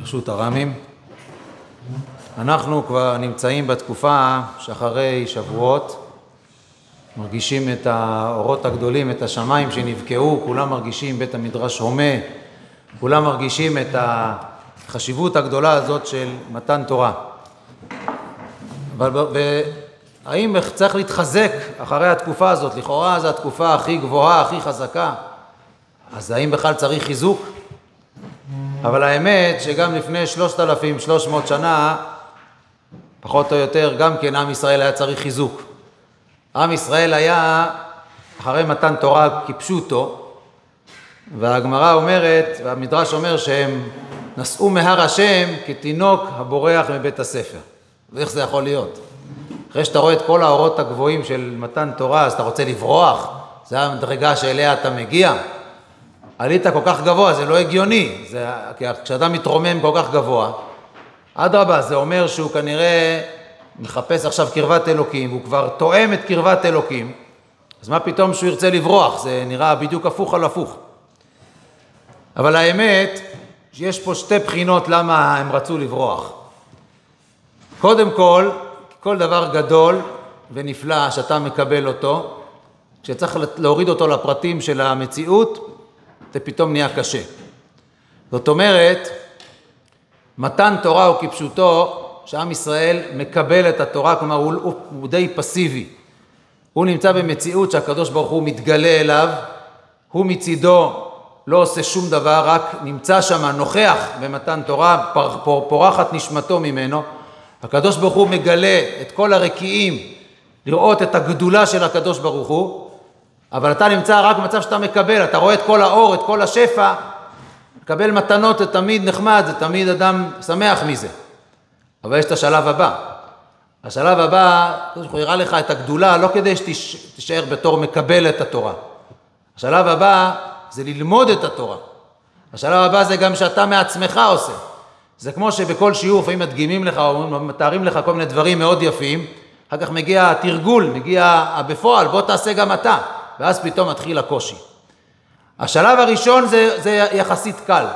ברשות הרמים. אנחנו כבר נמצאים בתקופה שאחרי שבועות, מרגישים את האורות הגדולים, את השמיים שנבקעו, כולם מרגישים בית המדרש הומה, כולם מרגישים את החשיבות הגדולה הזאת של מתן תורה. והאם צריך להתחזק אחרי התקופה הזאת? לכאורה זו התקופה הכי גבוהה, הכי חזקה. אז האם בכלל צריך חיזוק? אבל האמת שגם לפני 3,300 שנה, פחות או יותר, גם כן עם ישראל היה צריך חיזוק. עם ישראל היה אחרי מתן תורה כפשוטו, והגמרא אומרת, והמדרש אומר שהם נסעו מהר השם כתינוק הבורח מבית הספר. ואיך זה יכול להיות? אחרי שאתה רואה את כל האורות הגבוהים של מתן תורה, אז אתה רוצה לברוח? זה המדרגה שאליה אתה מגיע? עלית כל כך גבוה, זה לא הגיוני. כשאדם מתרומם כל כך גבוה, אדרבה, זה אומר שהוא כנראה מחפש עכשיו קרבת אלוקים, והוא כבר תואם את קרבת אלוקים, אז מה פתאום שהוא ירצה לברוח? זה נראה בדיוק הפוך על הפוך. אבל האמת, שיש פה שתי בחינות למה הם רצו לברוח. קודם כל דבר גדול ונפלא שאתה מקבל אותו, כשצריך להוריד אותו לפרטים של המציאות, זה פתאום נהיה קשה. זאת אומרת, מתן תורה הוא כפשוטו, שעם ישראל מקבל את התורה, כלומר הוא די פסיבי. הוא נמצא במציאות שהקדוש ברוך הוא מתגלה אליו, הוא מצידו לא עושה שום דבר, רק נמצא שם, נוכח במתן תורה, פורחת נשמתו ממנו. הקדוש ברוך הוא מגלה את כל הרקיעים, לראות את הגדולה של הקדוש ברוך הוא, אבל אתה נמצא רק במצב שאתה מקבל, אתה רואה את כל האור, את כל השפע, לקבל מתנות זה תמיד נחמד, זה תמיד אדם שמח מזה. אבל יש את השלב הבא. השלב הבא, הוא יראה לך את הגדולה, לא כדי שתישאר בתור מקבל את התורה. השלב הבא זה ללמוד את התורה. השלב הבא זה גם שאתה מעצמך עושה. זה כמו שבכל שיעור לפעמים מדגימים לך או מתארים לך כל מיני דברים מאוד יפים, אחר כך מגיע התרגול, מגיע בפועל, בוא תעשה גם אתה, ואז פתאום מתחיל הקושי. השלב הראשון זה יחסית קל.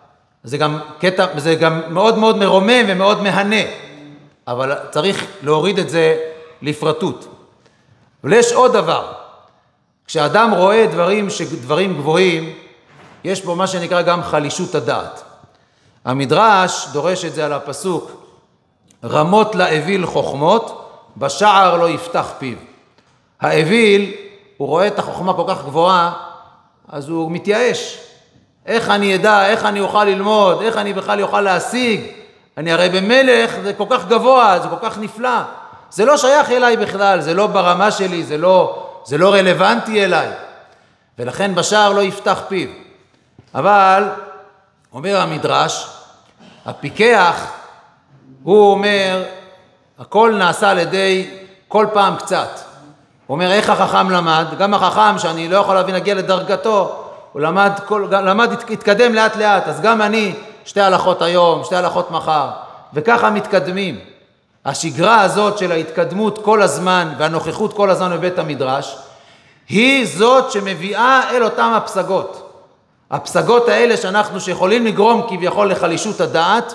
זה גם מאוד מאוד מרומם ומאוד מהנה, אבל צריך להוריד את זה לפרטות. אבל יש עוד דבר. כשאדם רואה דברים גבוהים, יש בו מה שנקרא גם חלישות הדעת. המדרש דורש את זה על הפסוק, רמות לאוויל חוכמות, בשער לא יפתח פיו. האוויל, הוא רואה את החוכמה כל כך גבוהה, אז הוא מתייאש. איך אני אדע, איך אני אוכל ללמוד, איך אני בכלל אוכל להשיג? אני הרי במלך, זה כל כך גבוה, זה כל כך נפלא. זה לא שייך אליי בכלל, זה לא ברמה שלי, זה לא רלוונטי אליי. ולכן בשער לא יפתח פיו. אבל, אומר המדרש, הפיקח, הוא אומר, הכל נעשה על ידי כל פעם קצת. הוא אומר, איך החכם למד? גם החכם שאני לא יכול להבין להגיע לדרגתו, הוא למד התקדם לאט לאט, אז גם אני 2 הלכות היום, 2 הלכות מחר, וככה מתקדמים. השגרה הזאת של ההתקדמות כל הזמן, והנוכחות כל הזמן בבית המדרש, היא זאת שמביאה אל אותם הפסגות. הפסגות האלה שיכולים לגרום כביכול לחלישות הדעת,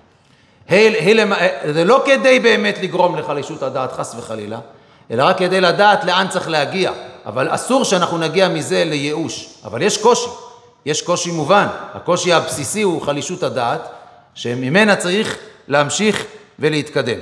זה לא כדי באמת לגרום לחלישות הדעת חס וחלילה, אלא רק כדי לדעת לאן צריך להגיע. אבל אסור שאנחנו נגיע מזה לייאוש. אבל יש קושי מובן. הקושי הבסיסי הוא חלישות הדעת, שממנה צריך להמשיך ולהתקדם.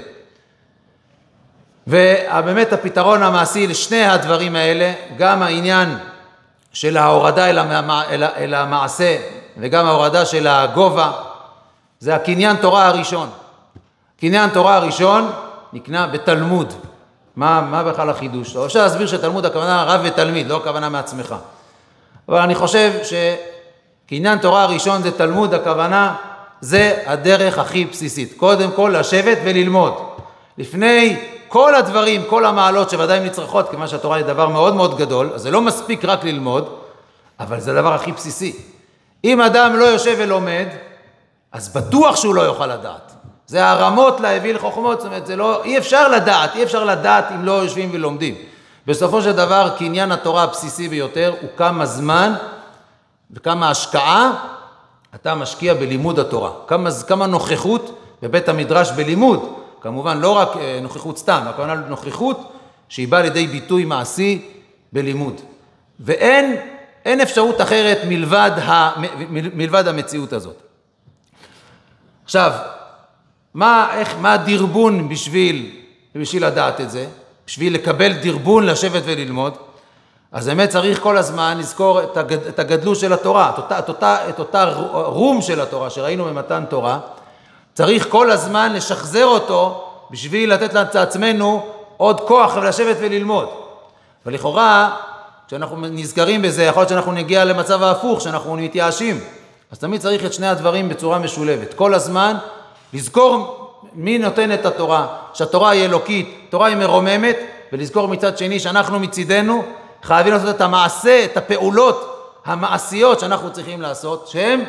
ובאמת הפתרון המעשי לשני הדברים האלה, גם העניין של ההורדה אל המעשה, וגם ההורדה של הגובה, זה הקניין תורה הראשון. קניין תורה הראשון נקנה בתלמוד. מה בכלל החידוש? אפשר להסביר שתלמוד הכוונה רב ותלמיד, לא הכוונה מעצמך. אבל אני חושב שקניין תורה הראשון זה תלמוד, הכוונה זה הדרך הכי בסיסית. קודם כל לשבת וללמוד. לפני כל הדברים, כל המעלות שוודאי נצרכות, כיוון שהתורה היא דבר מאוד מאוד גדול, אז זה לא מספיק רק ללמוד, אבל זה הדבר הכי בסיסי. אם אדם לא יושב ולומד, אז בטוח שהוא לא יוכל לדעת. זה הרמות להביא לחוכמות, זאת אומרת, אי אפשר לדעת אם לא יושבים ולומדים. בסופו של דבר, קניין התורה הבסיסי ביותר הוא כמה זמן וכמה השקעה אתה משקיע בלימוד התורה. כמה נוכחות בבית המדרש בלימוד, כמובן לא רק נוכחות סתם, הכוונה נוכחות שהיא באה לידי ביטוי מעשי בלימוד. ואין אפשרות אחרת מלבד המציאות הזאת. עכשיו, מה הדרבון בשביל לדעת את זה? בשביל לקבל דרבון, לשבת וללמוד? אז באמת צריך כל הזמן לזכור את הגדלות של התורה, את אותה רום של התורה שראינו במתן תורה, צריך כל הזמן לשחזר אותו בשביל לתת לעצמנו עוד כוח לשבת וללמוד. ולכאורה, כשאנחנו נזכרים בזה, יכול להיות שאנחנו נגיע למצב ההפוך, שאנחנו מתייאשים. אז תמיד צריך את שני הדברים בצורה משולבת. כל הזמן לזכור מי נותן את התורה, שהתורה היא אלוקית, תורה היא מרוממת, ולזכור מצד שני שאנחנו מצידנו חייבים לעשות את המעשה, את הפעולות המעשיות שאנחנו צריכים לעשות, שהם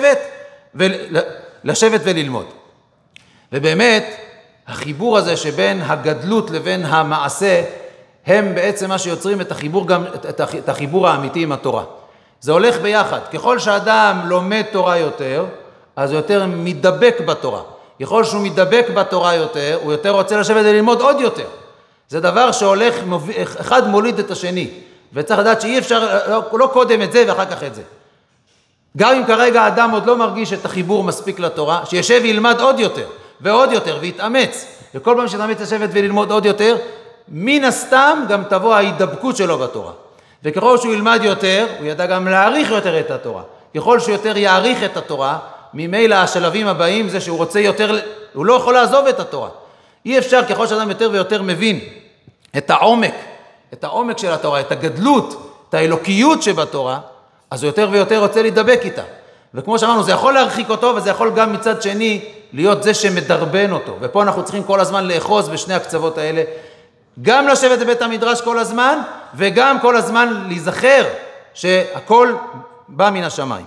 לשבת וללמוד. ובאמת, החיבור הזה שבין הגדלות לבין המעשה, הם בעצם מה שיוצרים את החיבור האמיתי עם התורה. זה הולך ביחד. ככל שאדם לומד תורה יותר, אז הוא יותר מדבק בתורה. ככל שהוא מדבק בתורה יותר, הוא יותר רוצה לשבת וללמוד עוד יותר. זה דבר שהולך, אחד מוליד את השני. וצריך לדעת שאי אפשר, לא קודם את זה ואחר כך את זה. גם אם כרגע האדם עוד לא מרגיש את החיבור מספיק לתורה, שישב וילמד עוד יותר, ועוד יותר, ויתאמץ. וכל פעם שתאמץ לשבת וללמוד עוד יותר, מן הסתם גם תבוא ההידבקות שלו בתורה. וככל שהוא ילמד יותר, הוא ידע גם להעריך יותר את התורה. ככל שהוא יותר יעריך את התורה, ממילא השלבים הבאים זה שהוא רוצה יותר, הוא לא יכול לעזוב את התורה. אי אפשר ככל שאדם יותר ויותר מבין את העומק של התורה, את הגדלות, את האלוקיות שבתורה, אז הוא יותר ויותר רוצה להידבק איתה. וכמו שאמרנו, זה יכול להרחיק אותו, וזה יכול גם מצד שני להיות זה שמדרבן אותו. ופה אנחנו צריכים כל הזמן לאחוז בשני הקצוות האלה, גם לשבת בבית המדרש כל הזמן, וגם כל הזמן להיזכר שהכל בא מן השמיים.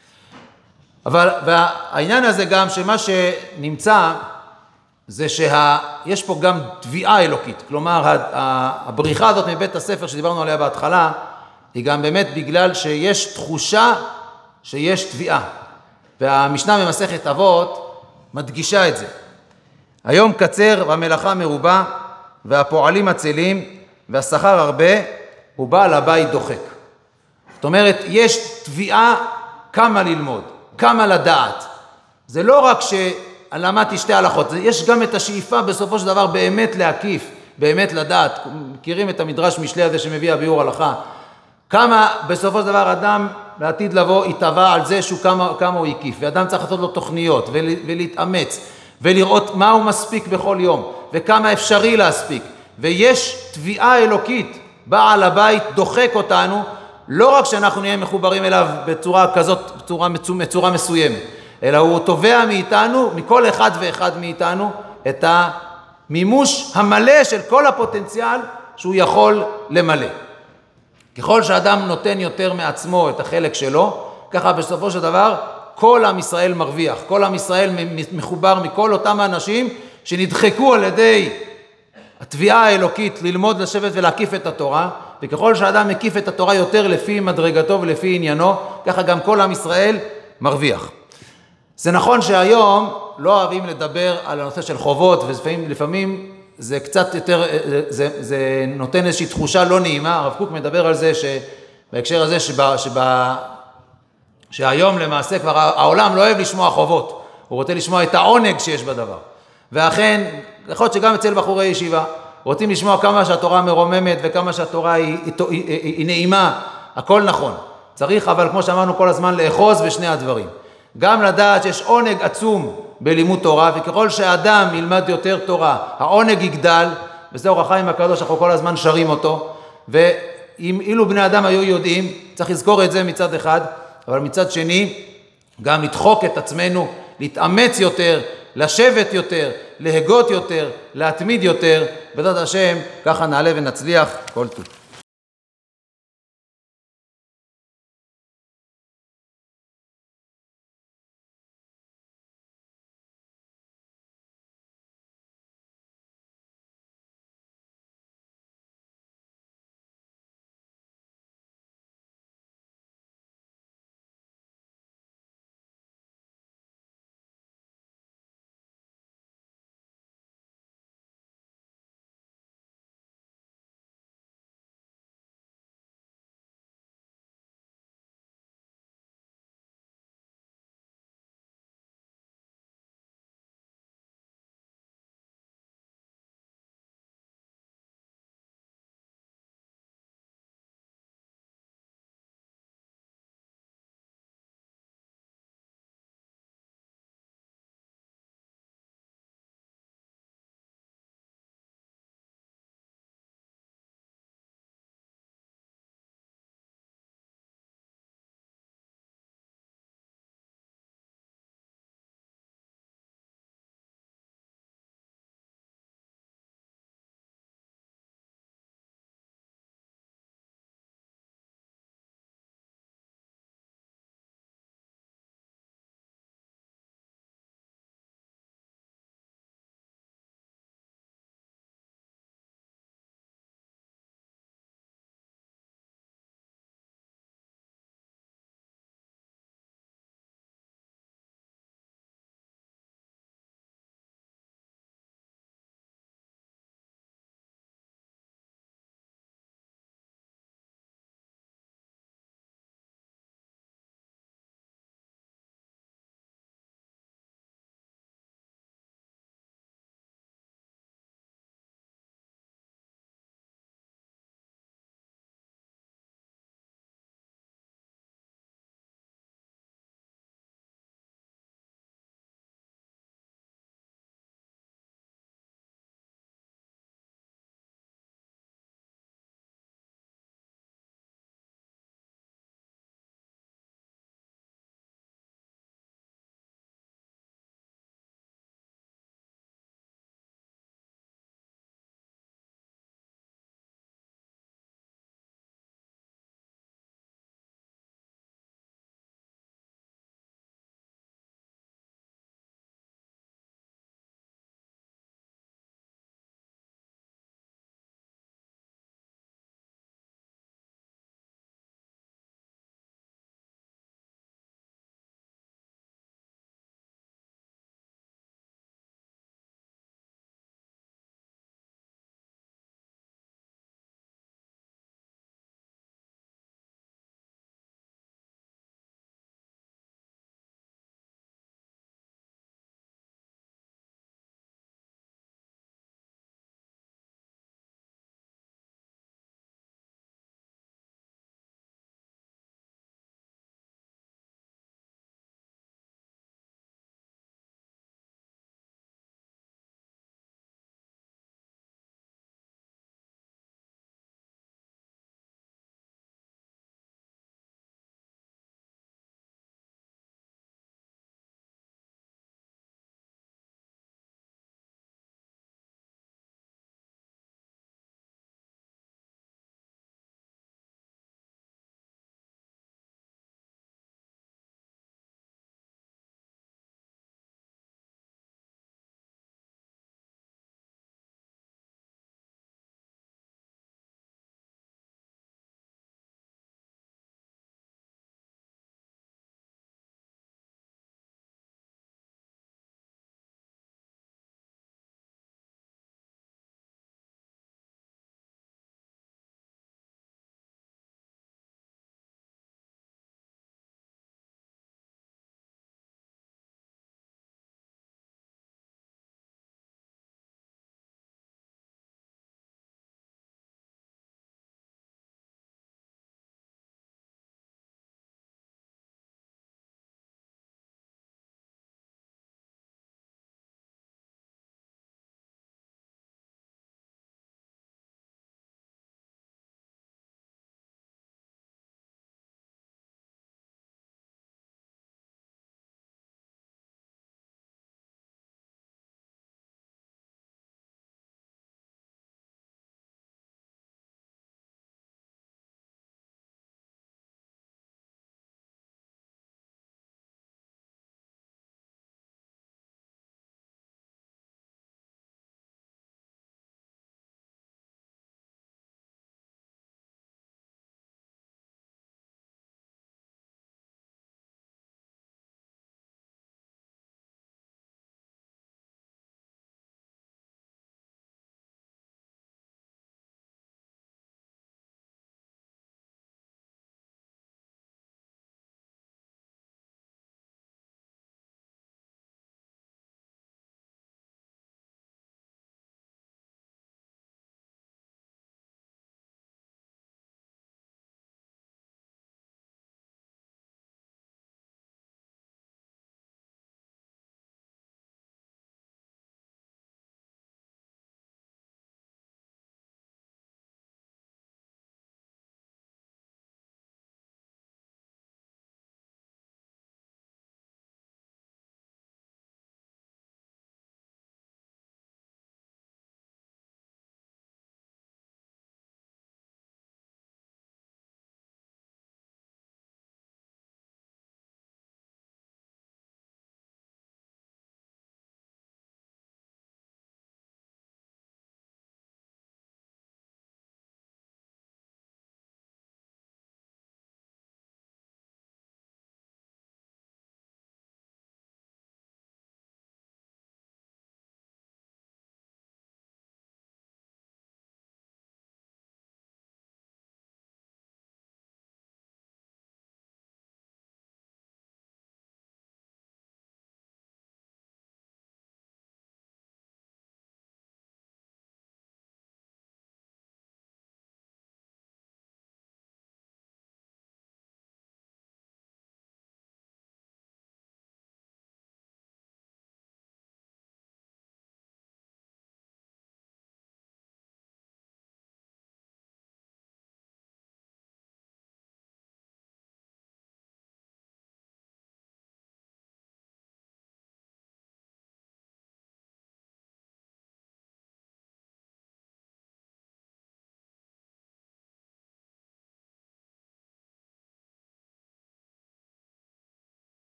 והעניין הזה גם שמה שנמצא זה שיש פה גם תביעה אלוקית. כלומר, הבריחה הזאת מבית הספר שדיברנו עליה בהתחלה, היא גם באמת בגלל שיש תחושה שיש תביעה. והמשנה במסכת אבות מדגישה את זה. היום קצר והמלאכה מרובה, והפועלים עצלים, והשכר הרבה, ובעל הבית דוחק. זאת אומרת, יש תביעה כמה ללמוד, כמה לדעת. זה לא רק שלמדתי שתי הלכות, יש גם את השאיפה בסופו של דבר באמת להקיף, באמת לדעת. מכירים את המדרש משלי הזה שמביא הביאור הלכה. כמה בסופו של דבר אדם לעתיד לבוא יתבע על זה שהוא כמה הוא יקיף, ואדם צריך לעשות לו תוכניות ולהתאמץ, ולראות מה הוא מספיק בכל יום, וכמה אפשרי להספיק. ויש תביעה אלוקית, בעל הבית דוחק אותנו, לא רק שאנחנו נהיה מחוברים אליו בצורה כזאת, בצורה מסוימת, אלא הוא תובע מאיתנו, מכל אחד ואחד מאיתנו, את המימוש המלא של כל הפוטנציאל שהוא יכול למלא. ככל שאדם נותן יותר מעצמו את החלק שלו, ככה בסופו של דבר כל עם ישראל מרוויח, כל עם ישראל מחובר מכל אותם האנשים שנדחקו על ידי התביעה האלוקית ללמוד, לשבת ולהקיף את התורה, וככל שאדם מקיף את התורה יותר לפי מדרגתו ולפי עניינו, ככה גם כל עם ישראל מרוויח. זה נכון שהיום לא אוהבים לדבר על הנושא של חובות, ולפעמים זה קצת יותר, זה נותן איזושהי תחושה לא נעימה. הרב קוק מדבר על זה שבהקשר הזה שהיום למעשה כבר העולם לא אוהב לשמוע חובות, הוא רוצה לשמוע את העונג שיש בדבר. ואכן, יכול להיות שגם אצל בחורי ישיבה, רוצים לשמוע כמה שהתורה מרוממת וכמה שהתורה היא נעימה, הכל נכון. צריך אבל כמו שאמרנו כל הזמן לאחוז בשני הדברים. גם לדעת שיש עונג עצום בלימוד תורה, וככל שהאדם ילמד יותר תורה, העונג יגדל, וזה אור החיים הקדוש, אנחנו כל הזמן שרים אותו, ואילו בני אדם היו יודעים, צריך לזכור את זה מצד אחד, אבל מצד שני, גם לדחוק את עצמנו, להתאמץ יותר, לשבת יותר, להגות יותר, להתמיד יותר, בעזרת השם, ככה נעלה ונצליח כל טוב.